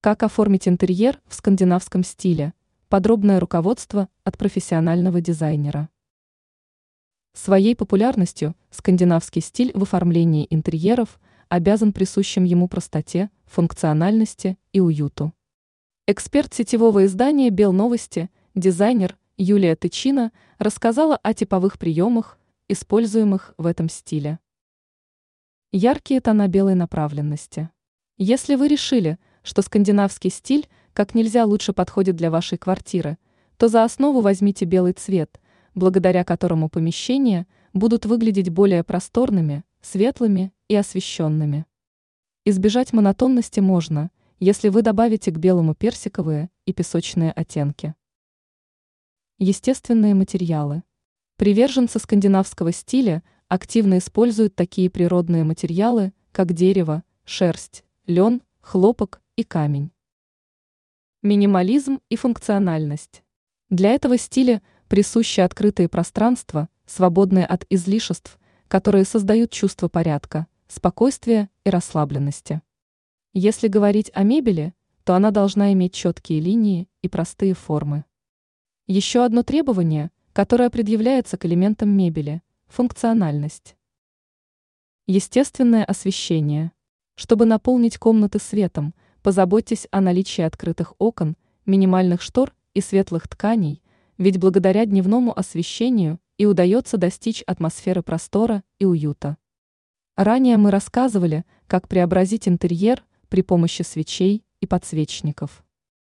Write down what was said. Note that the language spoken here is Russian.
Как оформить интерьер в скандинавском стиле? Подробное руководство от профессионального дизайнера. Своей популярностью скандинавский стиль в оформлении интерьеров обязан присущим ему простоте, функциональности и уюту. Эксперт сетевого издания «Белновости», дизайнер Юлия Тычина рассказала о типовых приемах, используемых в этом стиле. Яркие тона белой направленности. Если вы решили, что скандинавский стиль как нельзя лучше подходит для вашей квартиры, то за основу возьмите белый цвет, благодаря которому помещения будут выглядеть более просторными, светлыми и освещенными. Избежать монотонности можно, если вы добавите к белому персиковые и песочные оттенки. Естественные материалы. Приверженцы скандинавского стиля активно используют такие природные материалы, как дерево, шерсть, лен, хлопок и камень. Минимализм и функциональность. Для этого стиля присущи открытые пространства, свободные от излишеств, которые создают чувство порядка, спокойствия и расслабленности. Если говорить о мебели, то она должна иметь четкие линии и простые формы. Еще одно требование, которое предъявляется к элементам мебели – функциональность. Естественное освещение. Чтобы наполнить комнаты светом, позаботьтесь о наличии открытых окон, минимальных штор и светлых тканей, ведь благодаря дневному освещению и удается достичь атмосферы простора и уюта. Ранее мы рассказывали, как преобразить интерьер при помощи свечей и подсвечников.